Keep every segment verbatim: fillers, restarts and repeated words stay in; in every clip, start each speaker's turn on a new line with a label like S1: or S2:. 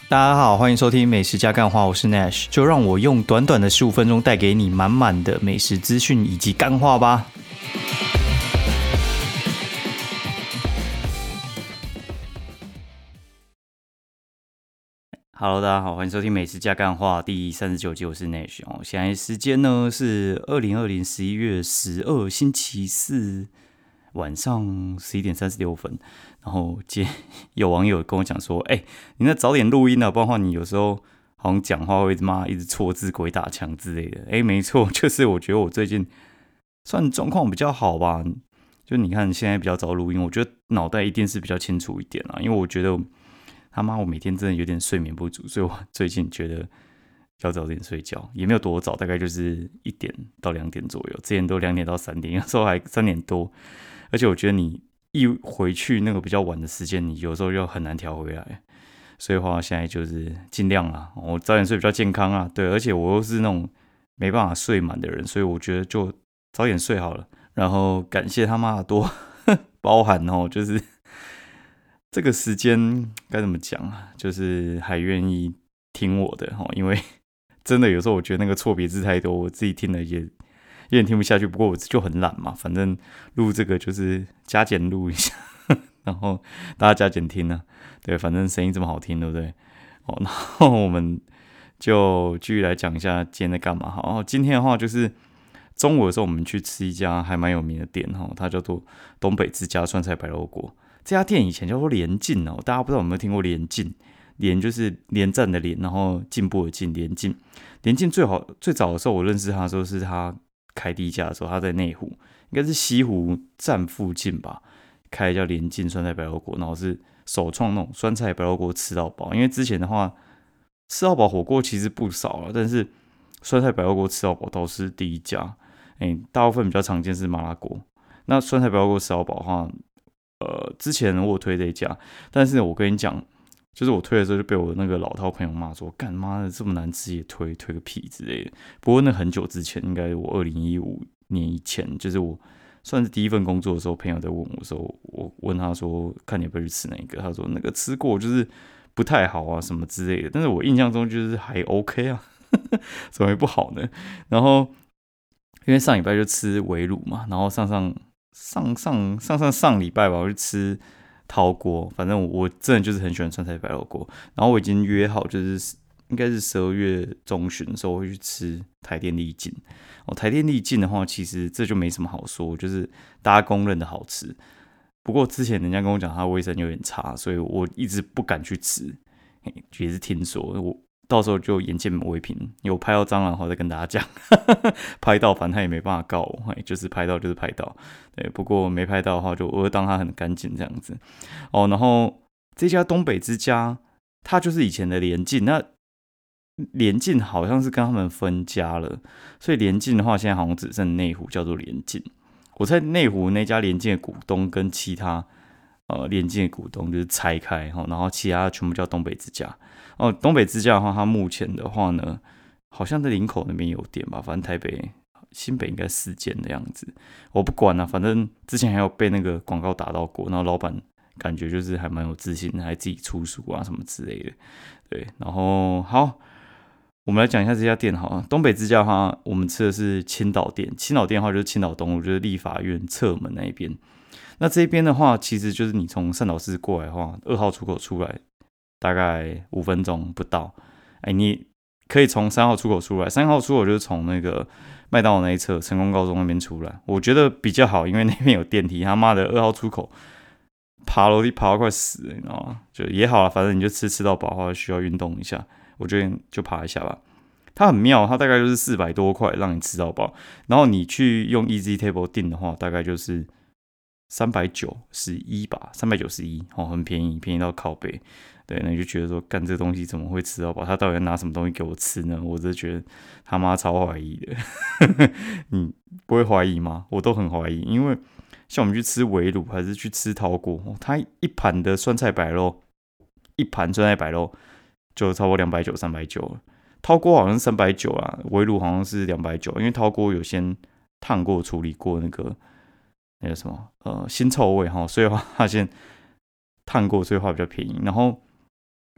S1: 大家好，欢迎收听美食加干话，我是 Nash， 就让我用短短的十五分钟带给你满满的美食资讯以及干话吧。Hello， 大家好，欢迎收听美食加干话第三十九集，我是 Nash 哦。现在时间呢是二零二零十一月十二星期四晚上十一点三十六分。然后今天有网友跟我讲说，哎、欸，你那早点录音啊，不然的话你有时候好像讲话会一直骂，一直错字、鬼打墙之类的。哎、欸，没错，就是我觉得我最近算状况比较好吧。就你看现在比较早录音，我觉得脑袋一定是比较清楚一点啊，因为我觉得他妈我每天真的有点睡眠不足，所以我最近觉得要早点睡觉，也没有多早，大概就是一点到两点左右，之前都两点到三点，有时候还三点多，而且我觉得你一回去那个比较晚的时间，你有时候就很难调回来，所以话现在就是尽量啦，我早点睡比较健康啊，对，而且我又是那种没办法睡满的人，所以我觉得就早点睡好了。然后感谢他妈的多包涵哦，就是这个时间该怎么讲啊，就是还愿意听我的哦，因为真的有时候我觉得那个错别字太多，我自己听了也有点听不下去，不过我就很懒嘛，反正录这个就是加减录一下，然后大家加减听啊，对，反正声音这么好听，对不对？哦，然后我们就继续来讲一下今天在干嘛。好，今天的话就是中午的时候，我们去吃一家还蛮有名的店，它叫做东北之家酸菜白肉锅。这家店以前叫做连进哦，大家不知道有没有听过连进？连就是连战的连，然后进步的进，连进。连进最好最早的时候，我认识他的时候是他开第一家的时候，他在内湖，应该是西湖站附近吧，开叫连进酸菜白肉锅，然后是首创那种酸菜白肉锅吃到饱。因为之前的话，吃到饱火锅其实不少了，但是酸菜白肉锅吃到饱倒是第一家。欸、大部分比较常见是麻辣锅。那酸菜白肉锅吃到饱的话，呃，之前我有推这一家，但是我跟你讲，就是我推的时候就被我那个老饕朋友骂说，干妈的这么难吃也推，推个屁之类的。不过那很久之前，应该我二零一五年以前，就是我算是第一份工作的时候，朋友在问我的时候，我问他说，看你要不要去吃那个，他说那个吃过就是不太好啊什么之类的，但是我印象中就是还 OK 啊，怎么会不好呢？然后因为上礼拜就吃围炉嘛，然后上上上上上上上礼拜吧，我就吃陶锅。反正 我, 我真的就是很喜欢酸菜白肉锅。然后我已经约好，就是应该是十二月中旬的时候，我会去吃台电力劲。哦，台电力劲的话，其实这就没什么好说，就是大家公认的好吃。不过之前人家跟我讲，它卫生有点差，所以我一直不敢去吃。也是听说我。到时候就眼见为凭，有拍到蟑螂的话再跟大家讲，拍到反正他也没办法告我，就是拍到就是拍到，对，不过没拍到的话就我会当它很干净这样子。哦，然后这家东北之家，它就是以前的联晋，那联晋好像是跟他们分家了，所以联晋的话现在好像只剩内湖叫做联晋。我在内湖那家联晋的股东跟其他呃联晋的股东就是拆开，然后其他全部叫东北之家。哦，东北之家的话，它目前的话呢，好像在林口那边有店吧，反正台北、新北应该四间的样子。我不管了、啊，反正之前还有被那个广告打到过，然后老板感觉就是还蛮有自信，还自己出书啊什么之类的。对，然后好，我们来讲一下这家店好了。东北之家的话，我们吃的是青岛店，青岛店的话就是青岛东路，就是立法院侧门那一边。那这边的话，其实就是你从善导寺过来的话，二号出口出来。大概五分钟不到，哎，你可以从三号出口出来，三号出口就是从那个麦当劳那一侧成功高中那边出来，我觉得比较好，因为那边有电梯。他妈的二号出口爬楼梯爬到快死了，你知道吗？就也好了，反正你就吃吃到饱的话，需要运动一下，我觉得就爬一下吧。它很妙，它大概就是四百多块让你吃到饱，然后你去用 Easy Table 订的话，大概就是三百九十一吧，三百九十一，哦，很便宜，便宜到靠北。对，那你就觉得说，干这东西怎么会吃到饱？他到底要拿什么东西给我吃呢？我真的觉得他妈超怀疑的。你不会怀疑吗？我都很怀疑，因为像我们去吃围炉还是去吃陶锅，它一盘的酸菜白肉，一盘酸菜白肉就超过两百九、三百九了。陶锅好像是三百九啊，围炉好像是两百九，因为陶锅有先烫过、处理过那个那个什么呃腥臭味哈，所以话它先烫过，所以话比较便宜。然后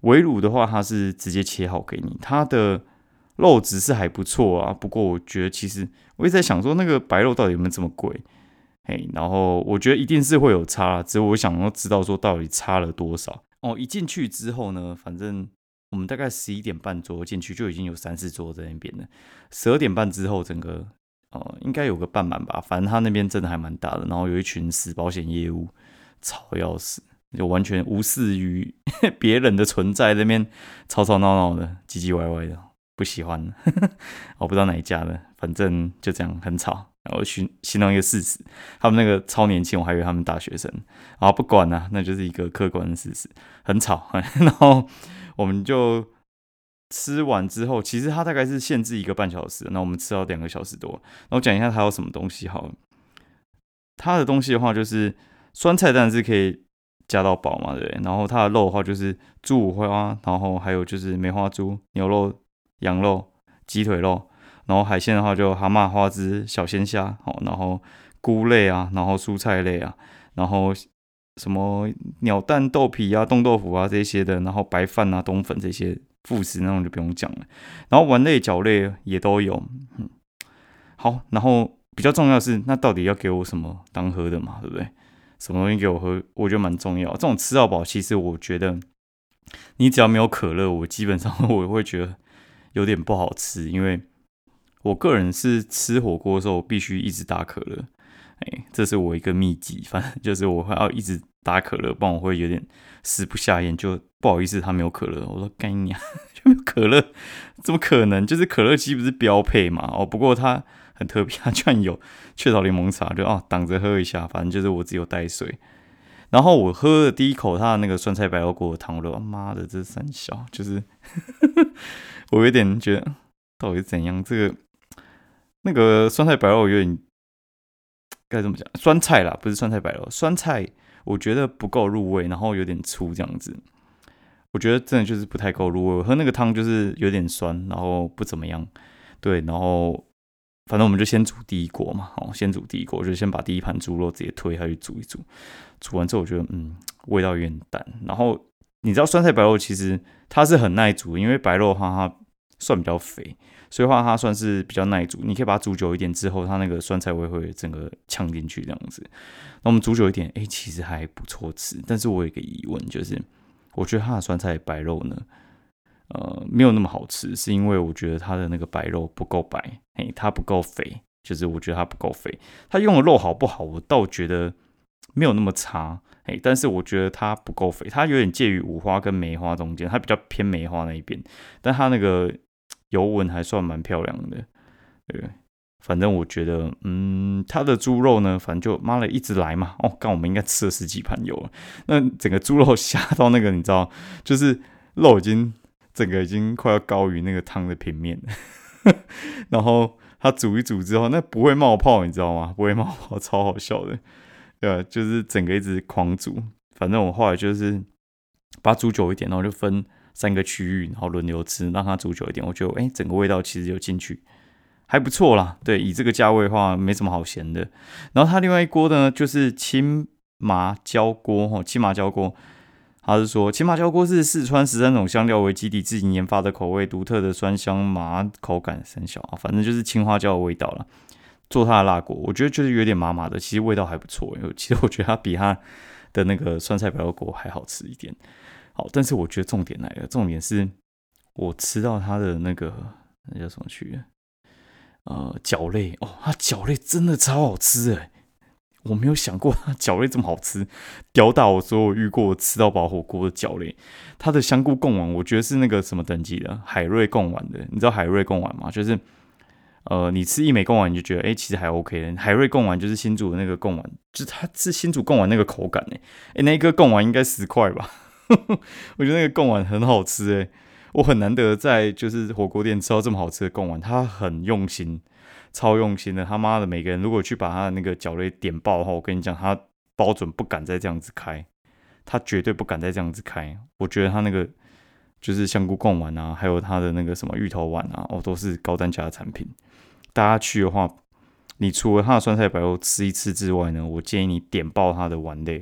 S1: 围炉的话，它是直接切好给你，它的肉质是还不错啊。不过我觉得其实我一直在想说，那个白肉到底有没有这么贵？嘿，然后我觉得一定是会有差，只是我想要知道说到底差了多少。哦，一进去之后呢，反正我们大概十一点半左右进去就已经有三四桌在那边了。十二点半之后，整个呃应该有个半满吧，反正他那边真的还蛮大的。然后有一群死保险业务，吵要死，就完全无视于别人的存在，那边吵吵闹闹的，唧唧歪歪的，不喜欢。我不知道哪一家的，反正就这样很吵。然后形形容一个事实，他们那个超年轻，我还以为他们大学生。啊，不管啦、啊，那就是一个客观的事实，很吵。然后我们就吃完之后，其实它大概是限制一个半小时，那我们吃到两个小时多。然后讲一下它有什么东西好了。它的东西的话，就是酸菜当然是可以加到饱嘛，对不对？然后它的肉的话，就是猪五花，然后还有就是梅花猪、牛肉、羊肉、鸡腿肉。然后海鲜的话就蛤蟆、花枝、小鲜虾，然后菇类啊，然后蔬菜类啊，然后什么鸟蛋、豆皮啊、冻豆腐啊这些的，然后白饭啊、冬粉这些副食那种就不用讲了。然后丸类、饺类也都有。嗯，好，然后比较重要的是，那到底要给我什么当喝的嘛，对不对？什么东西给我喝，我觉得蛮重要。这种吃到饱，其实我觉得你只要没有可乐，我基本上我会觉得有点不好吃，因为我个人是吃火锅的时候必须一直打可乐，哎，这是我一个秘籍，反正就是我会要一直打可乐，不然我会有点食不下咽，就不好意思他没有可乐，我说干你娘，就没有可乐，怎么可能？就是可乐鸡不是标配嘛？哦，不过它很特别，它居然有雀巢柠檬茶，就哦挡着喝一下，反正就是我只有带水。然后我喝了第一口它的那个酸菜白肉锅的汤，我说妈的，这三小就是我有点觉得到底是怎样这个。那个酸菜白肉有点该怎么讲？酸菜啦，不是酸菜白肉，酸菜我觉得不够入味，然后有点粗这样子。我觉得真的就是不太够入味。我喝那个汤就是有点酸，然后不怎么样。对，然后反正我们就先煮第一锅嘛，哦，先煮第一锅，就先把第一盘猪肉直接推下去煮一煮。煮完之后，我觉得嗯，味道有点淡。然后你知道酸菜白肉其实它是很耐煮，因为白肉的话它算比较肥。所以话它算是比较耐煮，你可以把它煮久一点之后，它那个酸菜味会整个呛进去这样子。那我们煮久一点，哎、欸，其实还不错吃。但是我有一个疑问，就是我觉得它的酸菜白肉呢，呃，没有那么好吃，是因为我觉得它的那个白肉不够白，哎、欸，它不够肥，就是我觉得它不够肥。它用的肉好不好，我倒觉得没有那么差，哎、欸，但是我觉得它不够肥，它有点介于五花跟梅花中间，它比较偏梅花那一边，但它那个油纹还算蛮漂亮的，对，反正我觉得，嗯，它的猪肉呢，反正就妈的一直来嘛，哦，刚我们应该吃了十几盘油了，那整个猪肉下到那个，你知道，就是肉已经整个已经快要高于那个汤的平面了，然后它煮一煮之后，那不会冒泡，你知道吗？不会冒泡，超好笑的，对吧？就是整个一直狂煮，反正我后来就是把它煮久一点，然后就分三个区域，然后轮流吃，让它煮久一点。我觉得，哎、欸，整个味道其实有进去，还不错啦。对，以这个价位的话，没什么好嫌的。然后它另外一锅呢，就是青麻椒锅，吼，青麻椒锅。他是说，青麻椒锅是四川十三种香料为基底自行研发的口味，独特的酸香麻口感生小，反正就是青花椒的味道啦。做它的辣锅，我觉得就是有点麻麻的，其实味道还不错。其实我觉得它比它的那个酸菜白肉锅还好吃一点。好，但是我觉得重点来了，重点是我吃到它的那个那叫什么去？呃，饺类哦，它饺类真的超好吃哎！我没有想过它饺类这么好吃，吊打我所有遇过吃到饱火锅的饺类。它的香菇贡丸，我觉得是那个什么等级的海瑞贡丸的，你知道海瑞贡丸吗？就是呃，你吃一枚贡丸你就觉得哎、欸，其实还 OK 的。海瑞贡丸就是新竹的那个贡丸，就是它是新竹贡丸那个口感哎，哎、欸，那一个贡丸应该十块吧？我觉得那个贡丸很好吃诶、欸，我很难得在就是火锅店吃到这么好吃的贡丸，它很用心，超用心的。他妈的，每个人如果去把他的那个饺类点爆的话，我跟你讲，他包准不敢再这样子开，他绝对不敢再这样子开。我觉得他那个就是香菇贡丸啊，还有他的那个什么芋头丸啊，哦，都是高单价的产品。大家去的话，你除了他的酸菜白肉吃一次之外呢，我建议你点爆他的丸类。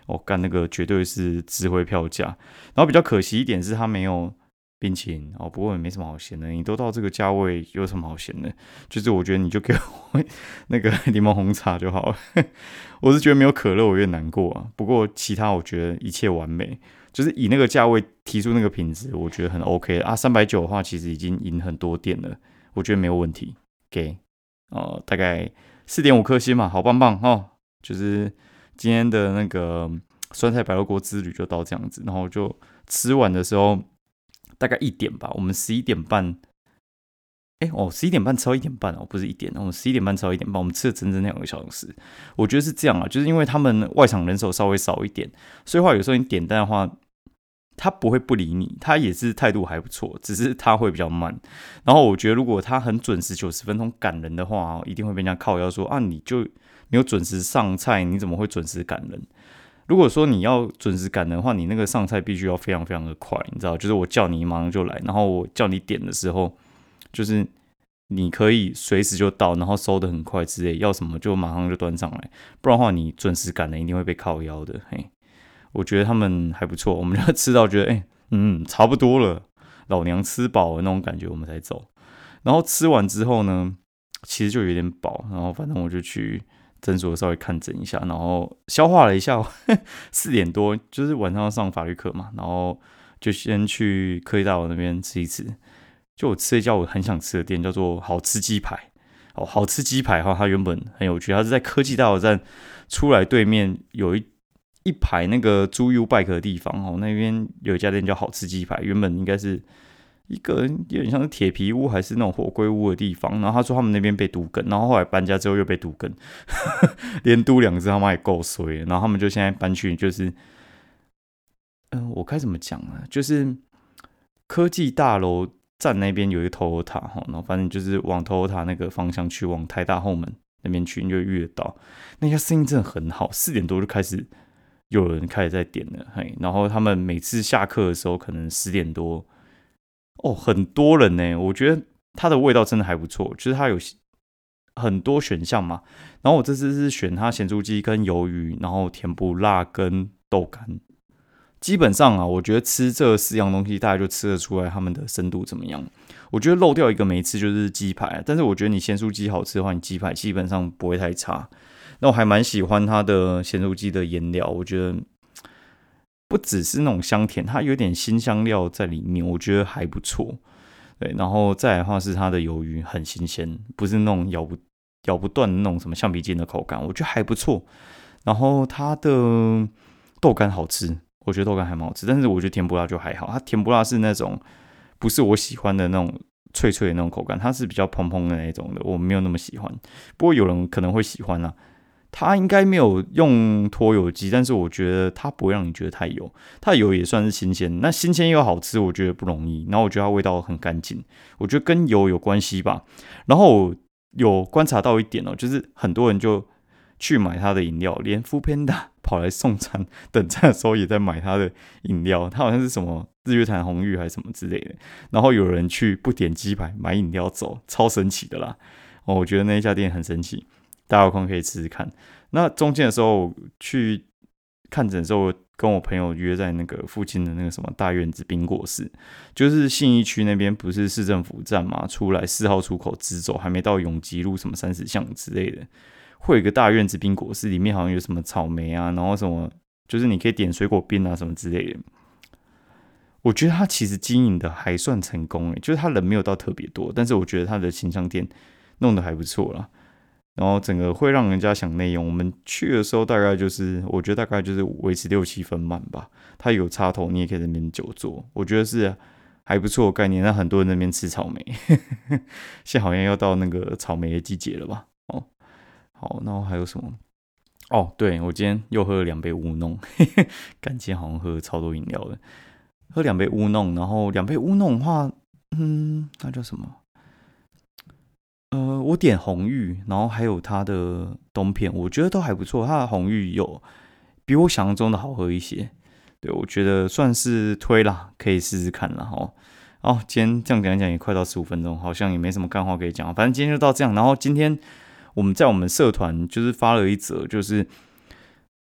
S1: 哦，干那个绝对是值回票价。然后比较可惜一点是它没有冰淇淋哦，不过也没什么好嫌的，你都到这个价位，有什么好嫌的？就是我觉得你就给我那个柠檬红茶就好了。我是觉得没有可乐我有点难过啊，不过其他我觉得一切完美，就是以那个价位提出那个品质，我觉得很 OK 啊。三百九的话，其实已经赢很多店了，我觉得没有问题。给呃大概四点五颗星嘛，好棒棒哦。就是今天的那个酸菜白肉锅之旅就到这样子，然后就吃完的时候大概一点吧，我们十一点半。哎、欸，哦，十一点半吃到一点半哦，不是一点，我们十一点半吃到一点半，我们吃了整整两个小时。我觉得是这样啊，就是因为他们外场人手稍微少一点，所以话有时候你点单的话，他不会不理你，他也是态度还不错，只是他会比较慢。然后我觉得如果他很准时九十分钟赶人的话，一定会被人家靠腰说啊，你就没有准时上菜，你怎么会准时赶人？如果说你要准时赶人的话，你那个上菜必须要非常非常的快，你知道，就是我叫你马上就来，然后我叫你点的时候，就是你可以随时就到，然后收的很快之类，要什么就马上就端上来，不然的话你准时赶人一定会被靠腰的。嘿，我觉得他们还不错，我们就吃到觉得，哎、欸，嗯，差不多了，老娘吃饱了那种感觉，我们才走。然后吃完之后呢，其实就有点饱，然后反正我就去诊所稍微看诊一下，然后消化了一下，四点多就是晚上要上法律课嘛，然后就先去科技大楼那边吃一吃。就我吃了一家我很想吃的店，叫做好吃鸡排。哦，好吃鸡排的话，它原本很有趣，它是在科技大楼站出来对面有一一排那个租 U bike 的地方哦，那边有一家店叫好吃鸡排，原本应该是一个有点像是铁皮屋还是那种火龟屋的地方，然后他说他们那边被都更，然后后来搬家之后又被都更，连都两只他妈也够衰了，然后他们就现在搬去就是，嗯、呃，我该怎么讲呢？就是科技大楼站那边有一个头塔哈，然后反正就是往头塔那个方向去，往台大后门那边去，你就遇得到。那家生意真的很好，四点多就开始有人开始在点了，嘿，然后他们每次下课的时候可能十点多，哦，很多人呢。我觉得它的味道真的还不错，就是它有很多选项嘛。然后我这次是选它咸酥鸡跟鱿鱼，然后甜不辣跟豆干。基本上啊，我觉得吃这四样东西，大概就吃得出来他们的深度怎么样。我觉得漏掉一个没吃就是鸡排、啊，但是我觉得你咸酥鸡好吃的话，你鸡排基本上不会太差。那我还蛮喜欢它的咸酥鸡的腌料，我觉得不只是那种香甜，它有点辛香料在里面，我觉得还不错。对，然后再来的话是它的鱿鱼很新鲜，不是那种咬不咬不断的那种什么橡皮筋的口感，我觉得还不错。然后它的豆干好吃。我觉得豆干还蛮好吃，但是我觉得甜不辣就还好。它甜不辣是那种不是我喜欢的那种脆脆的那种口感，它是比较蓬蓬的那种的，我没有那么喜欢。不过有人可能会喜欢啦、啊。它应该没有用脱油机，但是我觉得它不会让你觉得太油，它的油也算是新鲜。那新鲜又好吃，我觉得不容易。然后我觉得它味道很干净，我觉得跟油有关系吧。然后我有观察到一点哦，就是很多人就去买它的饮料，连 Foodpanda 跑来送餐，等餐的时候也在买他的饮料。他好像是什么日月潭红玉还是什么之类的。然后有人去不点鸡排买饮料走，超神奇的啦！哦，我觉得那一家店很神奇，大家有空可以试试看。那中间的时候去看诊的时候，跟我朋友约在那个附近的那个什么大院子冰果室，就是信义区那边不是市政府站嘛，出来四号出口直走，还没到永吉路什么三十巷之类的。会有一个大院子冰果室，里面好像有什么草莓啊，然后什么就是你可以点水果冰啊什么之类的。我觉得他其实经营的还算成功诶，就是他人没有到特别多，但是我觉得他的形象店弄得还不错啦。然后整个会让人家想内用。我们去的时候大概就是，我觉得大概就是维持六七分满吧。它有插头，你也可以在那边久坐，我觉得是还不错的概念。那很多人在那边吃草莓，现在好像要到那个草莓的季节了吧？哦。好，然后还有什么？哦，对，我今天又喝了两杯乌弄，感觉好像喝了超多饮料的。喝两杯乌弄，然后两杯乌弄的话，嗯，那叫什么？呃，我点红玉，然后还有它的冬片，我觉得都还不错。它的红玉有比我想象中的好喝一些，对，我觉得算是推啦，可以试试看啦。哦。哦，今天这样讲一讲也快到十五分钟，好像也没什么干话可以讲，反正今天就到这样。然后今天我们在我们社团就是发了一则，就是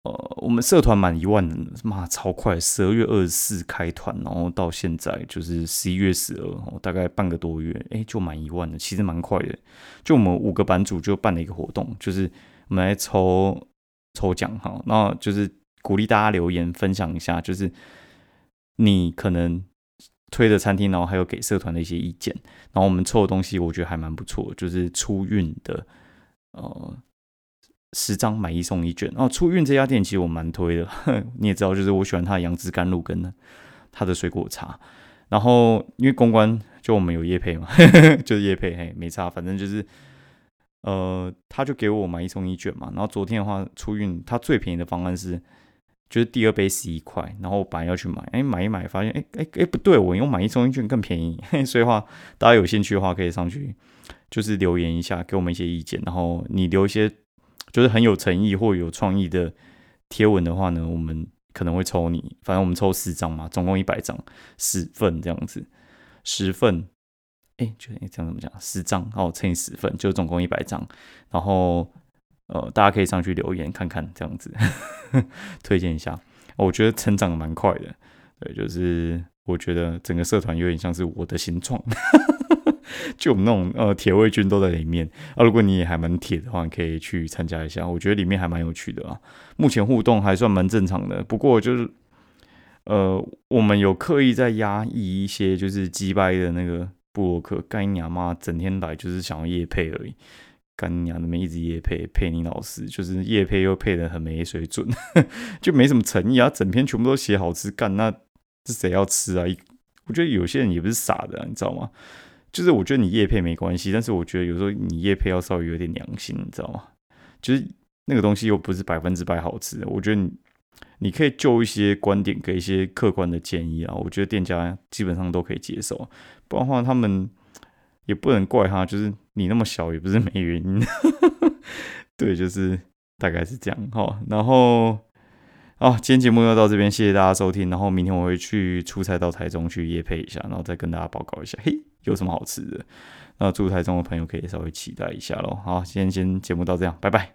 S1: 呃，我们社团满一万人，妈超快，十二月二十四开团，然后到现在就是十一月十二，大概半个多月，哎、欸，就满一万了，其实蛮快的。就我们五个版主就办了一个活动，就是我们来抽抽奖哈，那就是鼓励大家留言分享一下，就是你可能推的餐厅，然后还有给社团的一些意见，然后我们抽的东西我觉得还蛮不错，就是初运的呃。十张买一送一券哦，初运这家店其实我蛮推的，你也知道，就是我喜欢它的杨枝甘露跟它的水果茶。然后因为公关就我们有业配嘛，就是业配，嘿，没差，反正就是呃，他就给我买一送一券嘛。然后昨天的话，初运它最便宜的方案是，就是第二杯十一块，然后我本来要去买，哎、欸，买一买发现，哎哎哎不对，我用买一送一券更便宜，所以的话大家有兴趣的话可以上去，就是留言一下，给我们一些意见，然后你留一些。就是很有诚意或有创意的贴文的话呢，我们可能会抽你，反正我们抽十张嘛，总共一百张，十份这样子，十份，哎、欸，就哎、欸、这样怎么讲？十张哦，乘以十份，就总共一百张。然后呃，大家可以上去留言看看，这样子推荐一下。我觉得成长蛮快的，对，就是我觉得整个社团有点像是我的形状。就我们那种呃铁卫军都在里面啊，如果你也还蛮铁的话，你可以去参加一下，我觉得里面还蛮有趣的啊。目前互动还算蛮正常的，不过就是呃，我们有刻意在压抑一些就是鸡掰的那个部落客，干你娘妈，整天来就是想要业配而已，干你娘那边一直业配，配你老师就是业配又配的很没水准，就没什么诚意啊，整篇全部都写好吃，干那是谁要吃啊？我觉得有些人也不是傻的、啊，你知道吗？就是我觉得你业配没关系，但是我觉得有时候你业配要稍微有点良心，你知道吗？就是那个东西又不是百分之百好吃的，我觉得你你可以就一些观点给一些客观的建议啊，我觉得店家基本上都可以接受，不然的话他们也不能怪他，就是你那么小也不是没原因，对，就是大概是这样哈，然后。啊，今天节目就到这边，谢谢大家收听。然后明天我会去出差到台中去业配一下，然后再跟大家报告一下，嘿，有什么好吃的。那住台中的朋友可以稍微期待一下咯。好，今天先节目到这样，拜拜。